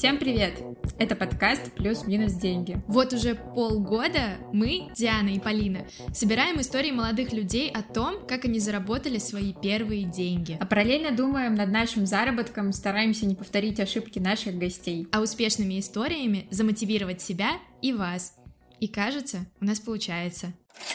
Всем привет! Это подкаст «Плюс-минус деньги». Вот уже полгода мы, Диана и Полина, собираем истории молодых людей о том, как они заработали свои первые деньги. А параллельно думаем над нашим заработком, стараемся не повторить ошибки наших гостей. А успешными историями замотивировать себя и вас. И кажется, у нас получается.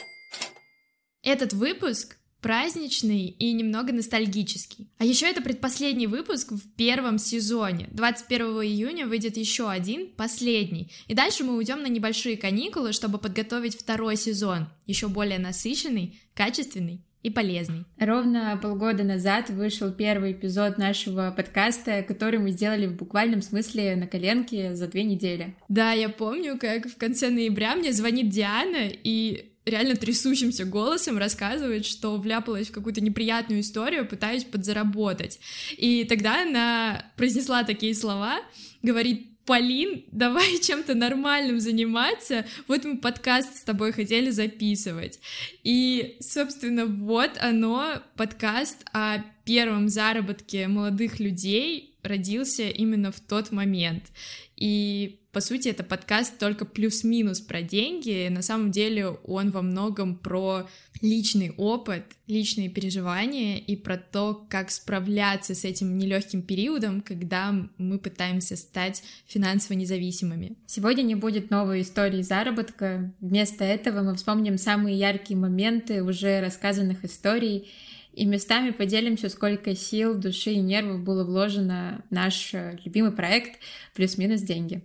Этот выпуск праздничный и немного ностальгический. А еще это предпоследний выпуск в первом сезоне. 21 июня выйдет еще один, последний. И дальше мы уйдем на небольшие каникулы, чтобы подготовить второй сезон, еще более насыщенный, качественный и полезный. Ровно полгода назад вышел первый эпизод нашего подкаста, который мы сделали в буквальном смысле на коленке за 2 недели. Да, я помню, как в конце ноября мне звонит Диана и реально трясущимся голосом рассказывает, что вляпалась в какую-то неприятную историю, пытаюсь подзаработать. И тогда она произнесла такие слова, говорит: «Полин, давай чем-то нормальным заниматься, вот мы подкаст с тобой хотели записывать». И, собственно, вот оно, подкаст о первом заработке молодых людей родился именно в тот момент. И, по сути, это подкаст только плюс-минус про деньги. На самом деле он во многом про личный опыт, личные переживания и про то, как справляться с этим нелегким периодом, когда мы пытаемся стать финансово независимыми. Сегодня не будет новой истории заработка. Вместо этого мы вспомним самые яркие моменты уже рассказанных историй и местами поделимся, сколько сил, души и нервов было вложено в наш любимый проект «Плюс-минус деньги».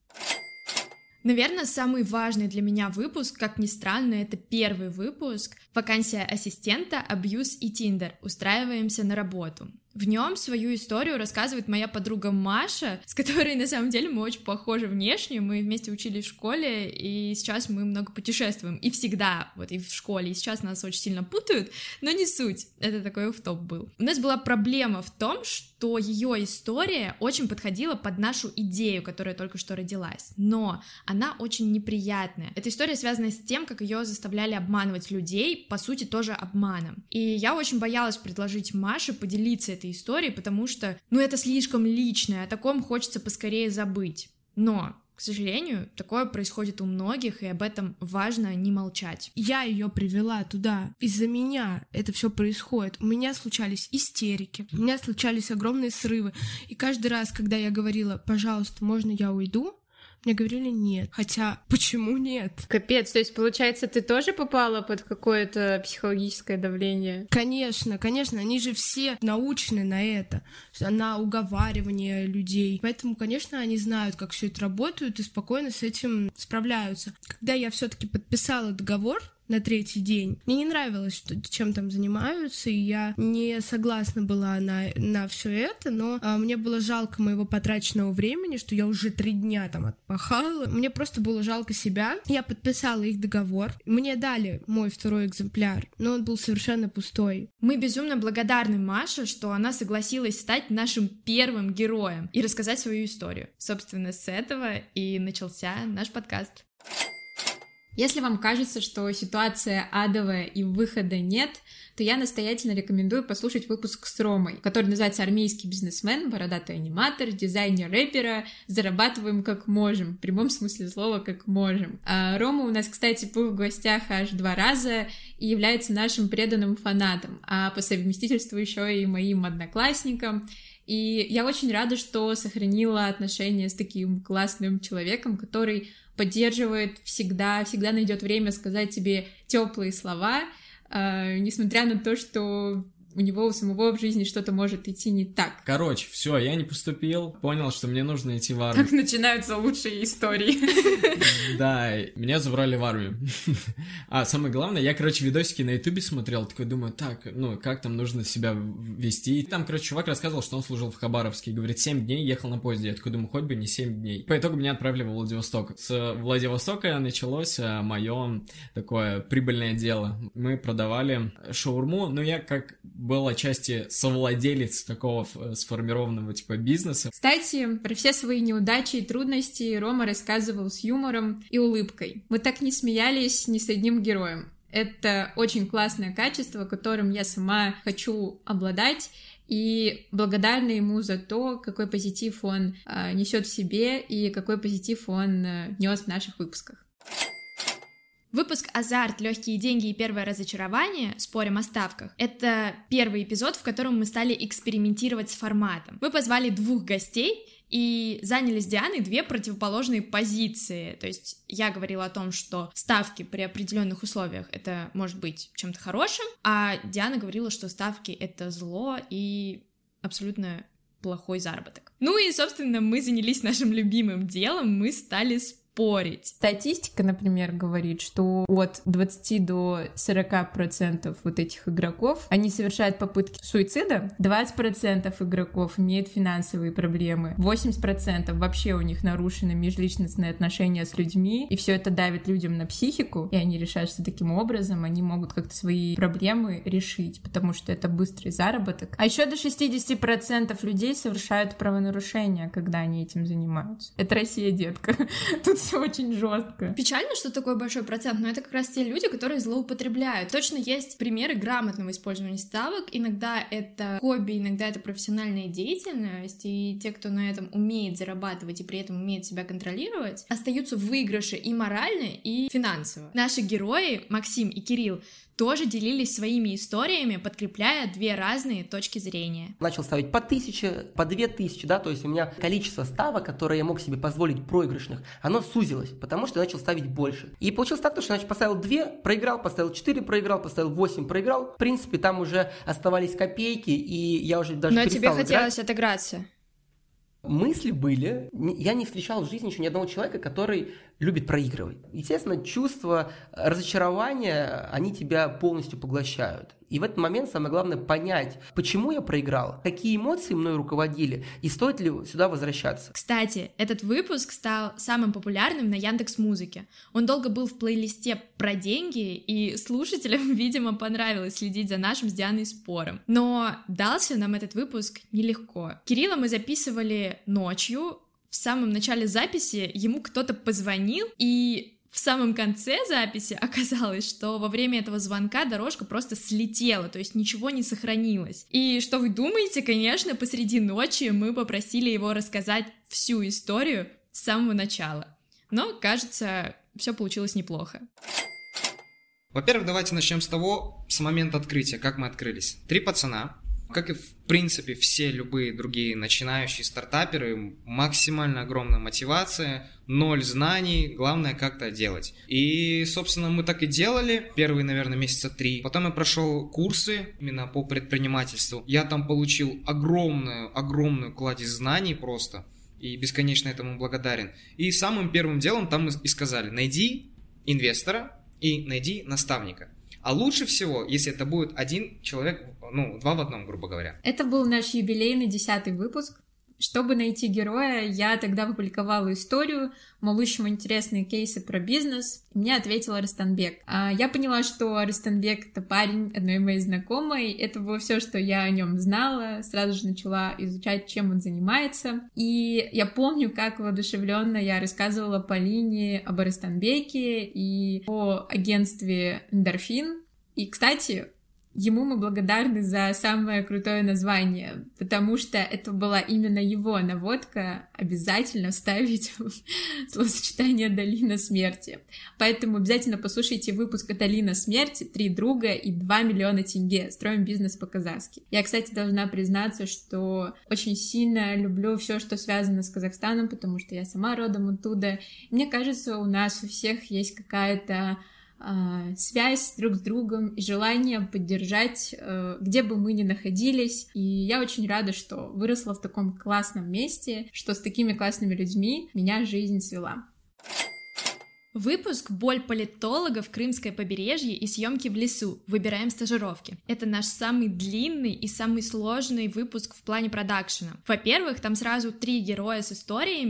Наверное, самый важный для меня выпуск, как ни странно, это первый выпуск «Вакансия ассистента, абьюз и Тиндер. Устраиваемся на работу». В нем свою историю рассказывает моя подруга Маша, с которой, на самом деле, мы очень похожи внешне, мы вместе учились в школе, и сейчас мы много путешествуем, и всегда, вот и в школе, и сейчас нас очень сильно путают, но не суть, это такой офф-топ был. У нас была проблема в том, что ее история очень подходила под нашу идею, которая только что родилась, но она очень неприятная. Эта история связана с тем, как ее заставляли обманывать людей, по сути, тоже обманом. И я очень боялась предложить Маше поделиться этой историей, потому что, это слишком личное, о таком хочется поскорее забыть. Но, к сожалению, такое происходит у многих, и об этом важно не молчать. Я ее привела туда. Из-за меня это все происходит. У меня случались истерики, у меня случались огромные срывы. И каждый раз, когда я говорила: «Пожалуйста, можно я уйду?», мне говорили нет. Хотя, почему нет? Капец, то есть, получается, ты тоже попала под какое-то психологическое давление? Конечно, они же все научены на это, на уговаривание людей. Поэтому, конечно, они знают, как все это работает, и спокойно с этим справляются. Когда я все-таки подписала договор на 3-й день, мне не нравилось, чем там занимаются, и я не согласна была на все это, но мне было жалко моего потраченного времени, что я уже 3 дня там отпахала. Мне просто было жалко себя. Я подписала их договор. Мне дали мой 2-й экземпляр, но он был совершенно пустой. Мы безумно благодарны Маше, что она согласилась стать нашим первым героем и рассказать свою историю. Собственно, с этого и начался наш подкаст. Если вам кажется, что ситуация адовая и выхода нет, то я настоятельно рекомендую послушать выпуск с Ромой, который называется «Армейский бизнесмен, бородатый аниматор, дизайнер рэпера. Зарабатываем как можем». В прямом смысле слова «как можем». А Рома у нас, кстати, был в гостях аж 2 раза и является нашим преданным фанатом, а по совместительству еще и моим одноклассником. И я очень рада, что сохранила отношения с таким классным человеком, который поддерживает всегда найдет время сказать тебе теплые слова, несмотря на то, что у него у самого в жизни что-то может идти не так. Короче, все, я не поступил, понял, что мне нужно идти в армию. Так начинаются лучшие истории. Да, меня забрали в армию. А самое главное, я, видосики на ютубе смотрел, такой думаю, как там нужно себя вести. И там, чувак рассказывал, что он служил в Хабаровске, и говорит, 7 дней ехал на поезде. Я такой думаю, хоть бы не 7 дней. По итогу меня отправили во Владивосток. С Владивостока началось мое такое прибыльное дело. Мы продавали шаурму, но я был отчасти совладелец такого сформированного бизнеса. Кстати, про все свои неудачи и трудности Рома рассказывал с юмором и улыбкой. Мы так не смеялись ни с одним героем. Это очень классное качество, которым я сама хочу обладать, и благодарна ему за то, какой позитив он несет в себе и какой позитив он нес в наших выпусках. Выпуск «Азарт, легкие деньги и первое разочарование. Спорим о ставках» — это первый эпизод, в котором мы стали экспериментировать с форматом. Мы позвали 2 гостей и заняли с Дианой 2 противоположные позиции. То есть я говорила о том, что ставки при определенных условиях — это может быть чем-то хорошим, а Диана говорила, что ставки — это зло и абсолютно плохой заработок. Ну и, собственно, мы занялись нашим любимым делом, мы стали спорить. Статистика, например, говорит, что от 20 до 40% вот этих игроков, они совершают попытки суицида, 20% игроков имеют финансовые проблемы, 80% вообще у них нарушены межличностные отношения с людьми, и все это давит людям на психику, и они решают, что таким образом они могут как-то свои проблемы решить, потому что это быстрый заработок. А еще до 60% людей совершают правонарушения, когда они этим занимаются. Это Россия, детка. Тут все очень жестко. Печально, что такой большой процент, но это как раз те люди, которые злоупотребляют. Точно есть примеры грамотного использования ставок. Иногда это хобби, иногда это профессиональная деятельность, и те, кто на этом умеет зарабатывать и при этом умеет себя контролировать, остаются в выигрыше и морально, и финансово. Наши герои, Максим и Кирилл, тоже делились своими историями, подкрепляя 2 разные точки зрения. Начал ставить по 1000, по 2000, да, то есть у меня количество ставок, которые я мог себе позволить проигрышных, оно сузилось, потому что я начал ставить больше. И получилось так, что я поставил 2, проиграл, поставил 4, проиграл, поставил 8, проиграл. В принципе, там уже оставались копейки, и я уже даже перестал играть. Но тебе хотелось отыграться. Мысли были. Я не встречал в жизни еще ни одного человека, который любит проигрывать. Естественно, чувства разочарования, они тебя полностью поглощают. И в этот момент самое главное понять, почему я проиграл, какие эмоции мной руководили, и стоит ли сюда возвращаться. Кстати, этот выпуск стал самым популярным на Яндекс.Музыке. Он долго был в плейлисте про деньги, и слушателям, видимо, понравилось следить за нашим с Дианой спором. Но дался нам этот выпуск нелегко. Кирилла мы записывали ночью. В самом начале записи ему кто-то позвонил, и в самом конце записи оказалось, что во время этого звонка дорожка просто слетела, то есть ничего не сохранилось. И что вы думаете? Конечно, посреди ночи мы попросили его рассказать всю историю с самого начала. Но, кажется, все получилось неплохо. Во-первых, давайте начнем с момента открытия, как мы открылись. 3 пацана. Как и, в принципе, все любые другие начинающие стартаперы, максимально огромная мотивация, 0 знаний, главное как-то делать. И, собственно, мы так и делали первые, наверное, месяца 3. Потом я прошел курсы именно по предпринимательству. Я там получил огромную кладезь знаний просто, и бесконечно этому благодарен. И самым первым делом там и сказали: найди инвестора и найди наставника. А лучше всего, если это будет один человек, 2 в 1, грубо говоря. Это был наш юбилейный 10-й выпуск. Чтобы найти героя, я тогда публиковала историю, мол, ищем интересные кейсы про бизнес. Мне ответил Арыстанбек. Я поняла, что Арыстанбек — это парень одной моей знакомой. Это было все, что я о нем знала. Сразу же начала изучать, чем он занимается. И я помню, как воодушевленно я рассказывала Полине об Арыстанбеке и о агентстве «Эндорфин». И, кстати, ему мы благодарны за самое крутое название, потому что это была именно его наводка обязательно вставить словосочетание «Долина смерти». Поэтому обязательно послушайте выпуск «Долина смерти», 3 друга и 2 миллиона тенге. Строим бизнес по-казахски. Я, кстати, должна признаться, что очень сильно люблю все, что связано с Казахстаном, потому что я сама родом оттуда. Мне кажется, у нас у всех есть какая-то связь друг с другом и желание поддержать, где бы мы ни находились. И я очень рада, что выросла в таком классном месте, что с такими классными людьми меня жизнь свела. Выпуск «Боль политолога в Крымское побережье и съемки в лесу. Выбираем стажировки». Это наш самый длинный и самый сложный выпуск в плане продакшена. Во-первых, там сразу 3 героя с историями,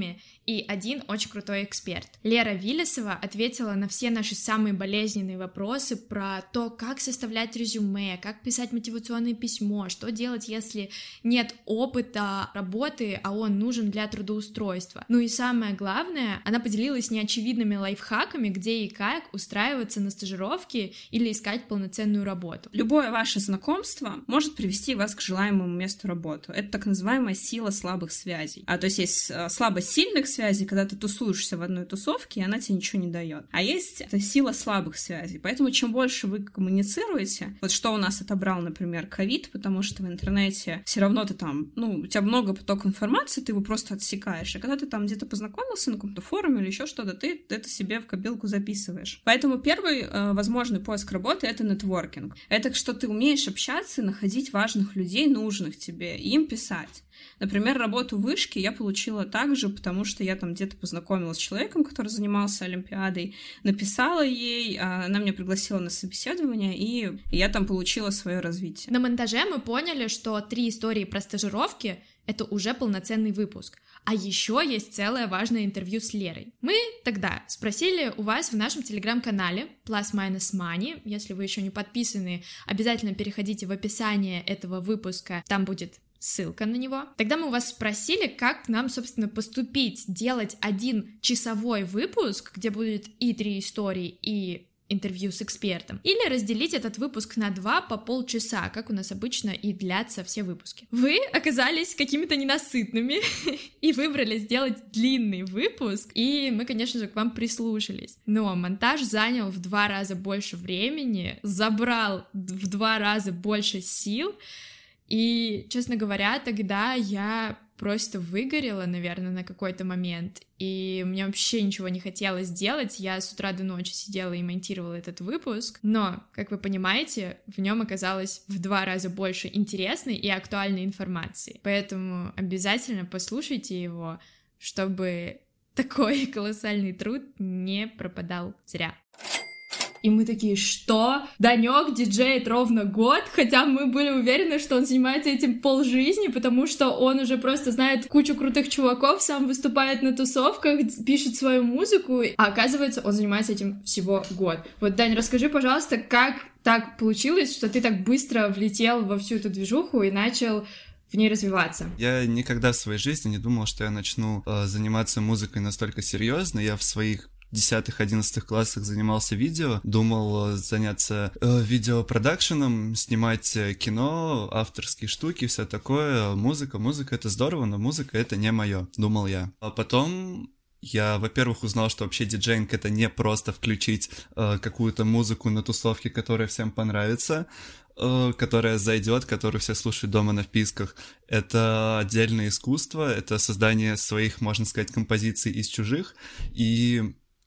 и один очень крутой эксперт. Лера Виллесова ответила на все наши самые болезненные вопросы про то, как составлять резюме, как писать мотивационное письмо, что делать, если нет опыта работы, а он нужен для трудоустройства. Ну и самое главное, она поделилась неочевидными лайфхаками, где и как устраиваться на стажировки или искать полноценную работу. Любое ваше знакомство может привести вас к желаемому месту работы. Это так называемая сила слабых связей. То есть есть слабость сильных связей, когда ты тусуешься в одной тусовке, и она тебе ничего не дает. А есть это сила слабых связей. Поэтому чем больше вы коммуницируете, вот что у нас отобрал, например, ковид, потому что в интернете все равно ты там, у тебя много потока информации, ты его просто отсекаешь. А когда ты там где-то познакомился на каком-то форуме или еще что-то, ты это себе в копилку записываешь. Поэтому первый возможный поиск работы — это нетворкинг. Это что ты умеешь общаться, находить важных людей, нужных тебе, и им писать. Например, работу в вышке я получила также, потому что я там где-то познакомилась с человеком, который занимался олимпиадой, написала ей, она меня пригласила на собеседование, и я там получила свое развитие. На монтаже мы поняли, что 3 истории про стажировки — это уже полноценный выпуск. А еще есть целое важное интервью с Лерой. Мы тогда спросили у вас в нашем телеграм-канале Plus Minus Money. Если вы еще не подписаны, обязательно переходите в описание этого выпуска, там будет ссылка на него. Тогда мы у вас спросили, как нам, собственно, поступить, делать 1-часовой выпуск, где будет и 3 истории, и интервью с экспертом, или разделить этот выпуск на 2 по полчаса, как у нас обычно и длятся все выпуски. Вы оказались какими-то ненасытными и выбрали сделать длинный выпуск, и мы, конечно же, к вам прислушались. Но монтаж занял в 2 раза больше времени, забрал в 2 раза больше сил, и, честно говоря, тогда я просто выгорела, наверное, на какой-то момент, и мне вообще ничего не хотелось делать, я с утра до ночи сидела и монтировала этот выпуск, но, как вы понимаете, в нем оказалось в 2 раза больше интересной и актуальной информации, поэтому обязательно послушайте его, чтобы такой колоссальный труд не пропадал зря. И мы такие, что? Данёк диджеет ровно год, хотя мы были уверены, что он занимается этим полжизни, потому что он уже просто знает кучу крутых чуваков, сам выступает на тусовках, пишет свою музыку, а оказывается, он занимается этим всего год. Вот, Дань, расскажи, пожалуйста, как так получилось, что ты так быстро влетел во всю эту движуху и начал в ней развиваться? Я никогда в своей жизни не думал, что я начну заниматься музыкой настолько серьезно. Я в своих 10-11 классах занимался видео, думал заняться видеопродакшеном, снимать кино, авторские штуки, все такое. Музыка это здорово, но музыка это не мое, думал я. А потом я, во-первых, узнал, что вообще диджейнг — это не просто включить какую-то музыку на тусовке, которая всем понравится, которая зайдет, которую все слушают дома на вписках. Это отдельное искусство, это создание своих, можно сказать, композиций из чужих, и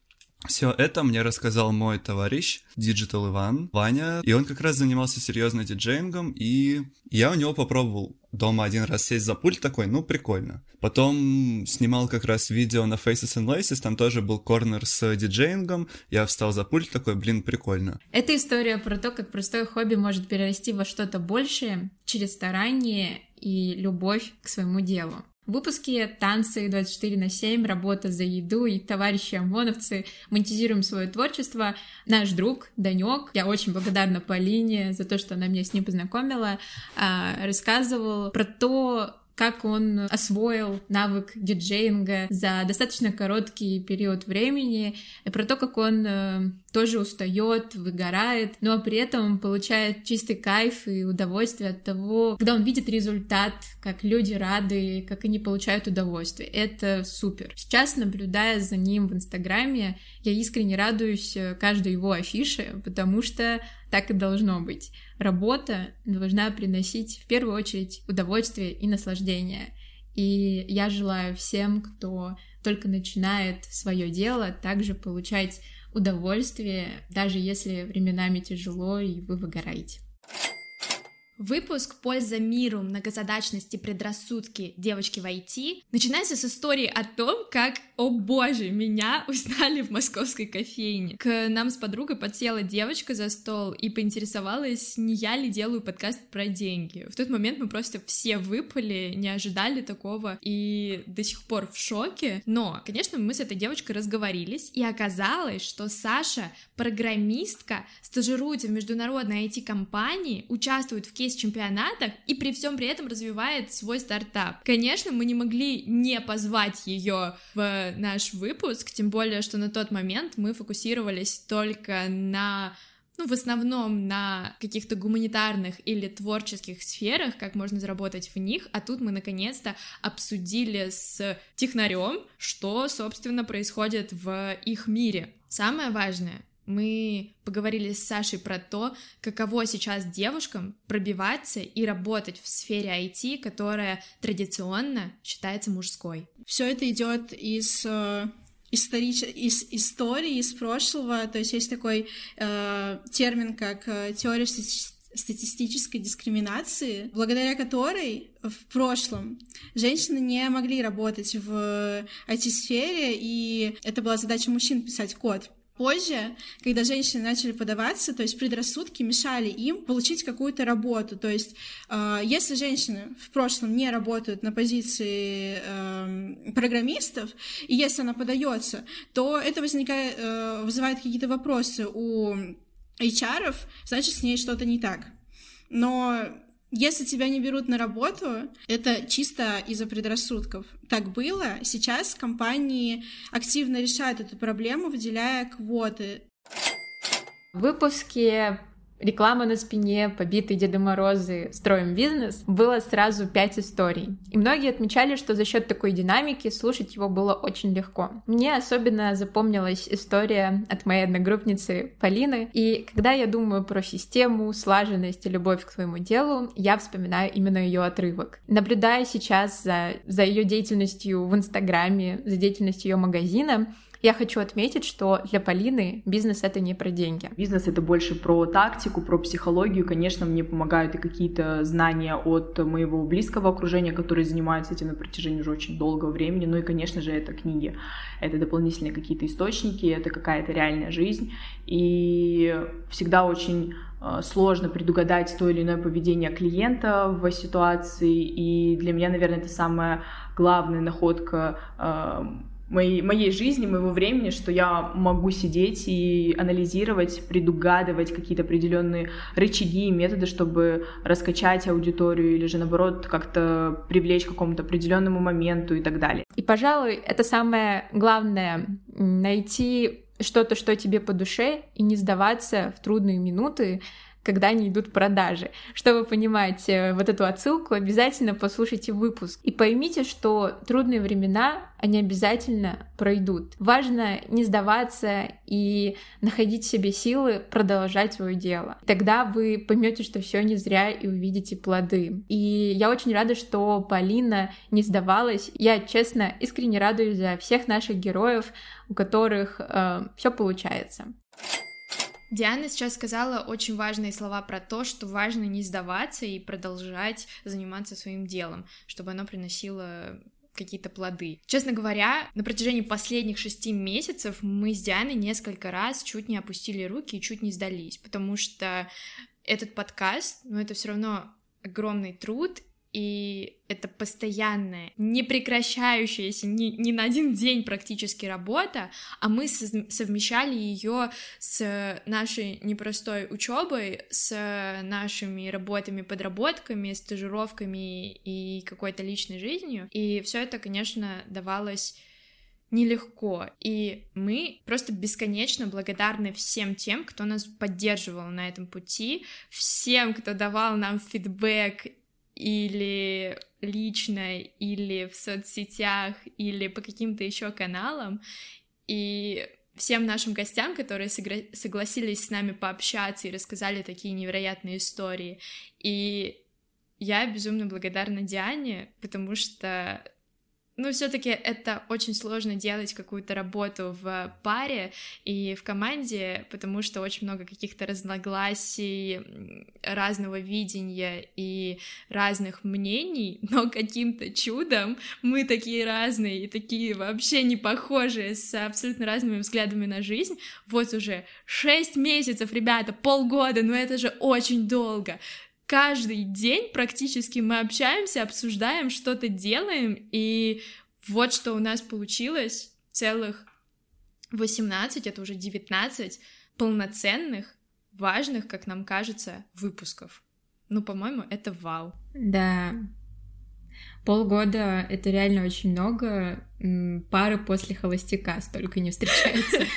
все это мне рассказал мой товарищ, Digital Иван, Ваня, и он как раз занимался серьезно диджеингом, и я у него попробовал дома один раз сесть за пульт, такой, прикольно. Потом снимал как раз видео на Faces and Laces, там тоже был корнер с диджеингом, я встал за пульт, такой, прикольно. Это история про то, как простое хобби может перерасти во что-то большее через старание и любовь к своему делу. В выпуске «Танцы 24/7», «Работа за еду» и «Товарищи ОМОНовцы» монетизируем свое творчество. Наш друг Данёк, я очень благодарна Полине за то, что она меня с ним познакомила, рассказывал про то, как он освоил навык диджеинга за достаточно короткий период времени, и про то, как он тоже устает, выгорает, но при этом он получает чистый кайф и удовольствие от того, когда он видит результат, как люди рады, как они получают удовольствие. Это супер. Сейчас, наблюдая за ним в Инстаграме, я искренне радуюсь каждой его афише, потому что так и должно быть. Работа должна приносить в первую очередь удовольствие и наслаждение. И я желаю всем, кто только начинает свое дело, также получать удовольствие, даже если временами тяжело и вы выгораете. Выпуск «Польза миру. Многозадачность и предрассудки. Девочки в IT» начинается с истории о том, как, о боже, меня узнали в московской кофейне. К нам с подругой подсела девочка за стол и поинтересовалась, не я ли делаю подкаст про деньги. В тот момент мы просто все выпали, не ожидали такого и до сих пор в шоке. Но, конечно, мы с этой девочкой разговорились, и оказалось, что Саша — программистка, стажируется в международной IT-компании, участвует в кейс-чемпионатах и при всем при этом развивает свой стартап. Конечно, мы не могли не позвать ее в наш выпуск, тем более, что на тот момент мы фокусировались только на, в основном на каких-то гуманитарных или творческих сферах, как можно заработать в них, а тут мы наконец-то обсудили с технарем, что, собственно, происходит в их мире. Самое важное, мы поговорили с Сашей про то, каково сейчас девушкам пробиваться и работать в сфере IT, которая традиционно считается мужской. Все это идет из истории, из прошлого, то есть есть такой термин, как теория статистической дискриминации, благодаря которой в прошлом женщины не могли работать в IT-сфере, и это была задача мужчин писать код. Позже, когда женщины начали подаваться, то есть предрассудки мешали им получить какую-то работу. То есть если женщины в прошлом не работают на позиции программистов, и если она подается, то это вызывает какие-то вопросы у HR-ов, значит, с ней что-то не так. Но если тебя не берут на работу, это чисто из-за предрассудков. Так было. Сейчас компании активно решают эту проблему, выделяя квоты. В выпуске «Реклама на спине», «Побитые Деды Морозы», «Строим бизнес» было сразу 5 историй. И многие отмечали, что за счет такой динамики слушать его было очень легко. Мне особенно запомнилась история от моей одногруппницы Полины. И когда я думаю про систему, слаженность и любовь к своему делу, я вспоминаю именно ее отрывок. Наблюдая сейчас за ее деятельностью в Инстаграме, за деятельностью ее магазина, я хочу отметить, что для Полины бизнес — это не про деньги. Бизнес — это больше про тактику, про психологию. Конечно, мне помогают и какие-то знания от моего близкого окружения, которые занимаются этим на протяжении уже очень долгого времени. Ну и, конечно же, это книги. Это дополнительные какие-то источники, это какая-то реальная жизнь. И всегда очень сложно предугадать то или иное поведение клиента в ситуации. И для меня, наверное, это самая главная находка моей жизни, моего времени, что я могу сидеть и анализировать, предугадывать какие-то определенные рычаги и методы, чтобы раскачать аудиторию или же, наоборот, как-то привлечь к какому-то определенному моменту и так далее. И, пожалуй, это самое главное — найти что-то, что тебе по душе, и не сдаваться в трудные минуты, когда не идут продажи. Чтобы понимать вот эту отсылку, обязательно послушайте выпуск. И поймите, что трудные времена, они обязательно пройдут. Важно не сдаваться и находить в себе силы продолжать свое дело. Тогда вы поймете, что все не зря, и увидите плоды. И я очень рада, что Полина не сдавалась. Я, честно, искренне радуюсь за всех наших героев, у которых все получается. Диана сейчас сказала очень важные слова про то, что важно не сдаваться и продолжать заниматься своим делом, чтобы оно приносило какие-то плоды. Честно говоря, на протяжении последних 6 месяцев мы с Дианой несколько раз чуть не опустили руки и чуть не сдались, потому что этот подкаст, это все равно огромный труд, и это постоянная, не прекращающаяся ни на один день практически работа, а мы совмещали ее с нашей непростой учебой, с нашими работами, подработками, стажировками и какой-то личной жизнью, и все это, конечно, давалось нелегко, и мы просто бесконечно благодарны всем тем, кто нас поддерживал на этом пути, всем, кто давал нам фидбэк или лично, или в соцсетях, или по каким-то еще каналам, и всем нашим гостям, которые согласились с нами пообщаться и рассказали такие невероятные истории. И я безумно благодарна Диане, потому что Ну, все-таки это очень сложно делать какую-то работу в паре и в команде, потому что очень много каких-то разногласий, разного видения и разных мнений, но каким-то чудом мы такие разные и такие вообще не похожие, с абсолютно разными взглядами на жизнь. Вот уже 6 месяцев, ребята, полгода, ну это же очень долго. Каждый день практически мы общаемся, обсуждаем, что-то делаем, и вот что у нас получилось: целых 18, это уже 19 полноценных, важных, как нам кажется, выпусков. Ну, по-моему, это вау. Да, полгода — это реально очень много, пары после холостяка столько не встречаются.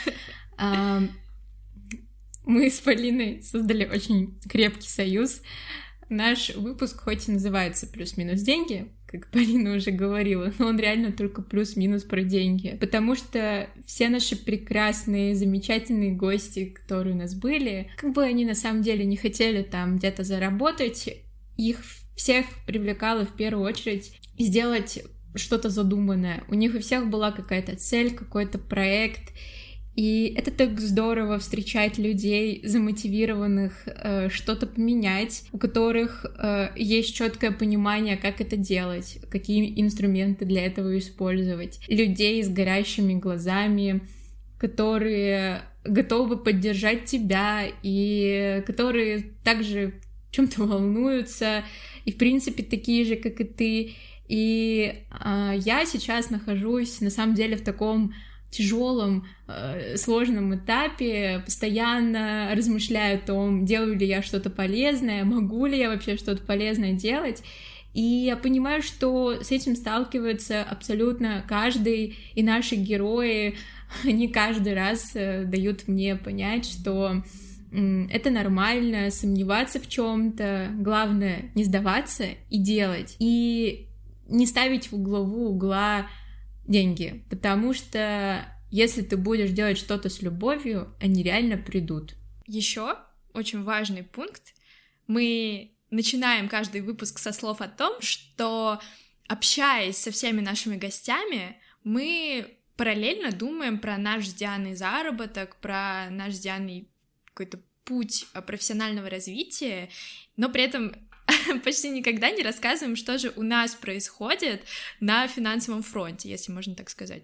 Мы с Полиной создали очень крепкий союз. Наш выпуск хоть и называется «Плюс-минус деньги», как Полина уже говорила, но он реально только плюс-минус про деньги. Потому что все наши прекрасные, замечательные гости, которые у нас были, как бы они на самом деле не хотели там где-то заработать, их всех привлекало в первую очередь сделать что-то задуманное. У них у всех была какая-то цель, какой-то проект. И это так здорово встречать людей, замотивированных что-то поменять, у которых есть четкое понимание, как это делать, какие инструменты для этого использовать. Людей с горящими глазами, которые готовы поддержать тебя и которые также в чем-то волнуются, и в принципе такие же, как и ты. И я сейчас нахожусь на самом деле в таком тяжелом, сложном этапе, постоянно размышляю о том, делаю ли я что-то полезное, могу ли я вообще что-то полезное делать. И я понимаю, что с этим сталкивается абсолютно каждый, и наши герои, они каждый раз дают мне понять, что это нормально сомневаться в чем-то, главное не сдаваться и делать, и не ставить в главу угла деньги, потому что если ты будешь делать что-то с любовью, они реально придут. Еще очень важный пункт. Мы начинаем каждый выпуск со слов о том, что, общаясь со всеми нашими гостями, мы параллельно думаем про наш с Дианой заработок, про наш с Дианой какой-то путь профессионального развития, но при этом почти никогда не рассказываем, что же у нас происходит на финансовом фронте, если можно так сказать.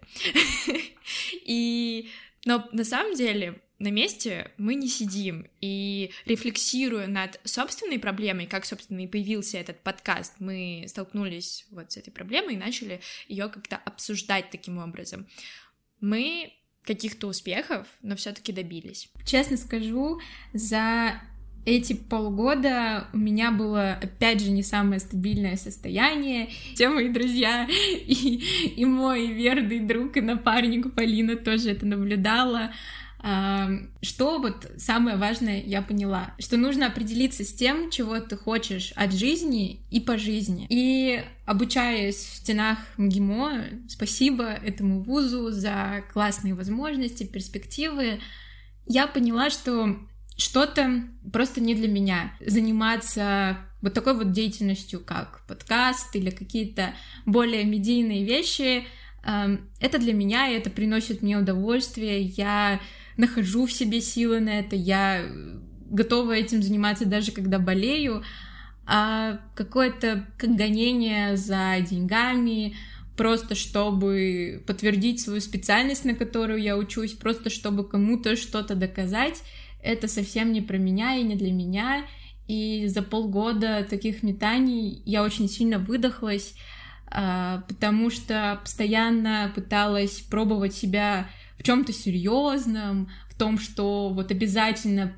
Но на самом деле на месте мы не сидим, и рефлексируя над собственной проблемой, как, собственно, и появился этот подкаст, мы столкнулись вот с этой проблемой и начали ее как-то обсуждать таким образом. Мы каких-то успехов, но все-таки добились. Честно скажу, за эти полгода у меня было, опять же, не самое стабильное состояние. Все мои друзья и мой верный друг и напарник Полина тоже это наблюдала. Что вот самое важное я поняла, что нужно определиться с тем, чего ты хочешь от жизни и по жизни. И обучаясь в стенах МГИМО, спасибо этому вузу за классные возможности, перспективы, я поняла, что что-то просто не для меня. Заниматься вот такой вот деятельностью, как подкаст или какие-то более медийные вещи, это для меня, и это приносит мне удовольствие. Я нахожу в себе силы на это, я готова этим заниматься даже когда болею. А какое-то как гонение за деньгами, просто чтобы подтвердить свою специальность, на которую я учусь, просто чтобы кому-то что-то доказать, это совсем не про меня и не для меня. И за полгода таких метаний я очень сильно выдохлась, потому что постоянно пыталась пробовать себя в чем-то серьезном, в том, что вот обязательно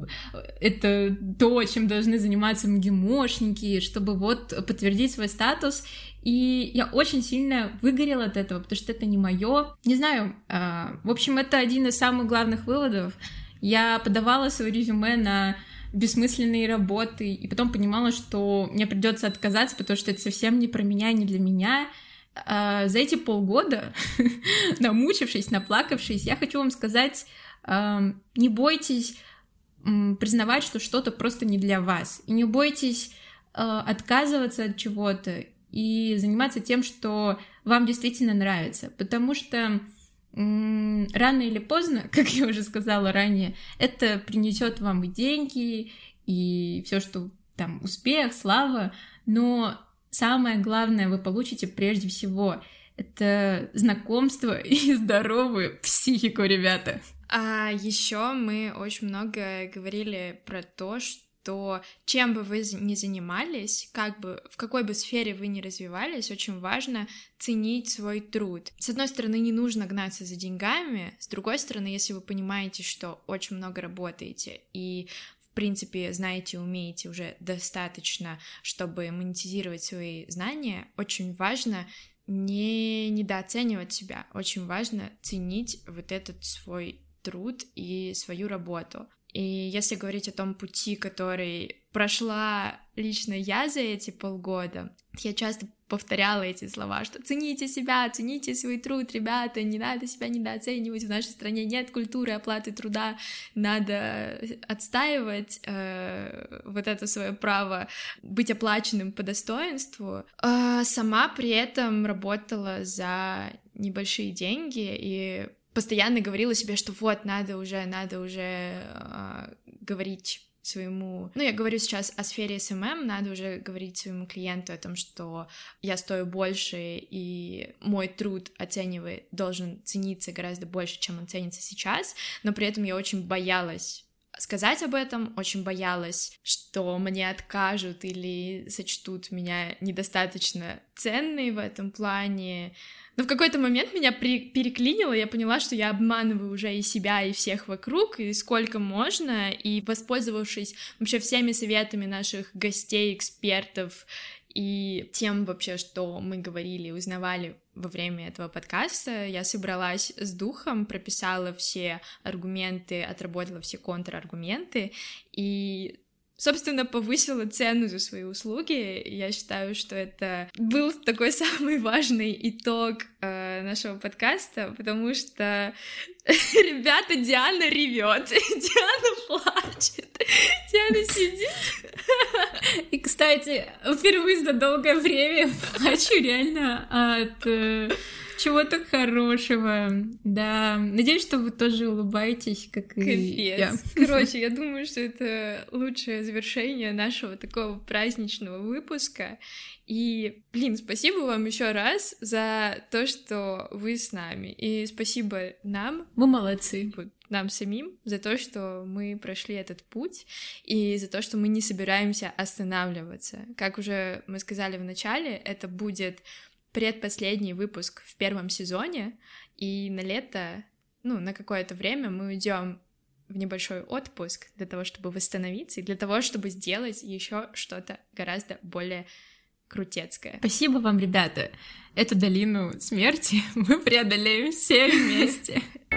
это то, чем должны заниматься МГИМОшники, чтобы вот подтвердить свой статус. И я очень сильно выгорела от этого, потому что это не мое. Не знаю, в общем, это один из самых главных выводов. Я подавала свое резюме на бессмысленные работы, и потом понимала, что мне придется отказаться, потому что это совсем не про меня, не для меня. За эти полгода, намучившись, наплакавшись, я хочу вам сказать, не бойтесь признавать, что что-то просто не для вас, и не бойтесь отказываться от чего-то, и заниматься тем, что вам действительно нравится, потому что рано или поздно, как я уже сказала ранее, это принесет вам и деньги, и все, что там, успех, слава, но самое главное вы получите прежде всего это знакомство и здоровую психику, ребята. А еще мы очень много говорили про то, что чем бы вы ни занимались, в какой бы сфере вы ни развивались, очень важно ценить свой труд. С одной стороны, не нужно гнаться за деньгами, с другой стороны, если вы понимаете, что очень много работаете и в принципе, знаете, умеете уже достаточно, чтобы монетизировать свои знания, очень важно не недооценивать себя, очень важно ценить вот этот свой труд и свою работу. И если говорить о том пути, который прошла лично я за эти полгода, я часто повторяла эти слова, что цените себя, цените свой труд, ребята, не надо себя недооценивать, в нашей стране нет культуры оплаты труда, надо отстаивать вот это свое право быть оплаченным по достоинству. Сама при этом работала за небольшие деньги и постоянно говорила себе, что вот, надо уже говорить своему... я говорю сейчас о сфере SMM, надо уже говорить своему клиенту о том, что я стою больше, и мой труд должен цениться гораздо больше, чем он ценится сейчас, но при этом я очень боялась сказать об этом, очень боялась, что мне откажут или сочтут меня недостаточно ценной в этом плане. Но в какой-то момент меня переклинило, я поняла, что я обманываю уже и себя, и всех вокруг, и сколько можно, и воспользовавшись вообще всеми советами наших гостей, экспертов, и тем вообще, что мы говорили и узнавали во время этого подкаста, я собралась с духом, прописала все аргументы, отработала все контраргументы, и собственно, повысила цену за свои услуги. Я считаю, что это был такой самый важный итог нашего подкаста, потому что, ребята, Диана ревет, Диана плачет, Диана сидит. И, кстати, впервые за долгое время плачу реально от чего-то хорошего. Да, надеюсь, что вы тоже улыбаетесь, как и я. Короче, я думаю, что это лучшее завершение нашего такого праздничного выпуска. И, спасибо вам еще раз за то, что вы с нами. И спасибо нам. Вы молодцы. Нам самим за то, что мы прошли этот путь, и за то, что мы не собираемся останавливаться. Как уже мы сказали в начале, это будет предпоследний выпуск в первом сезоне, и на лето, на какое-то время мы уйдем в небольшой отпуск для того, чтобы восстановиться, и для того, чтобы сделать еще что-то гораздо более крутецкое. Спасибо вам, ребята. Эту долину смерти мы преодолеем все вместе.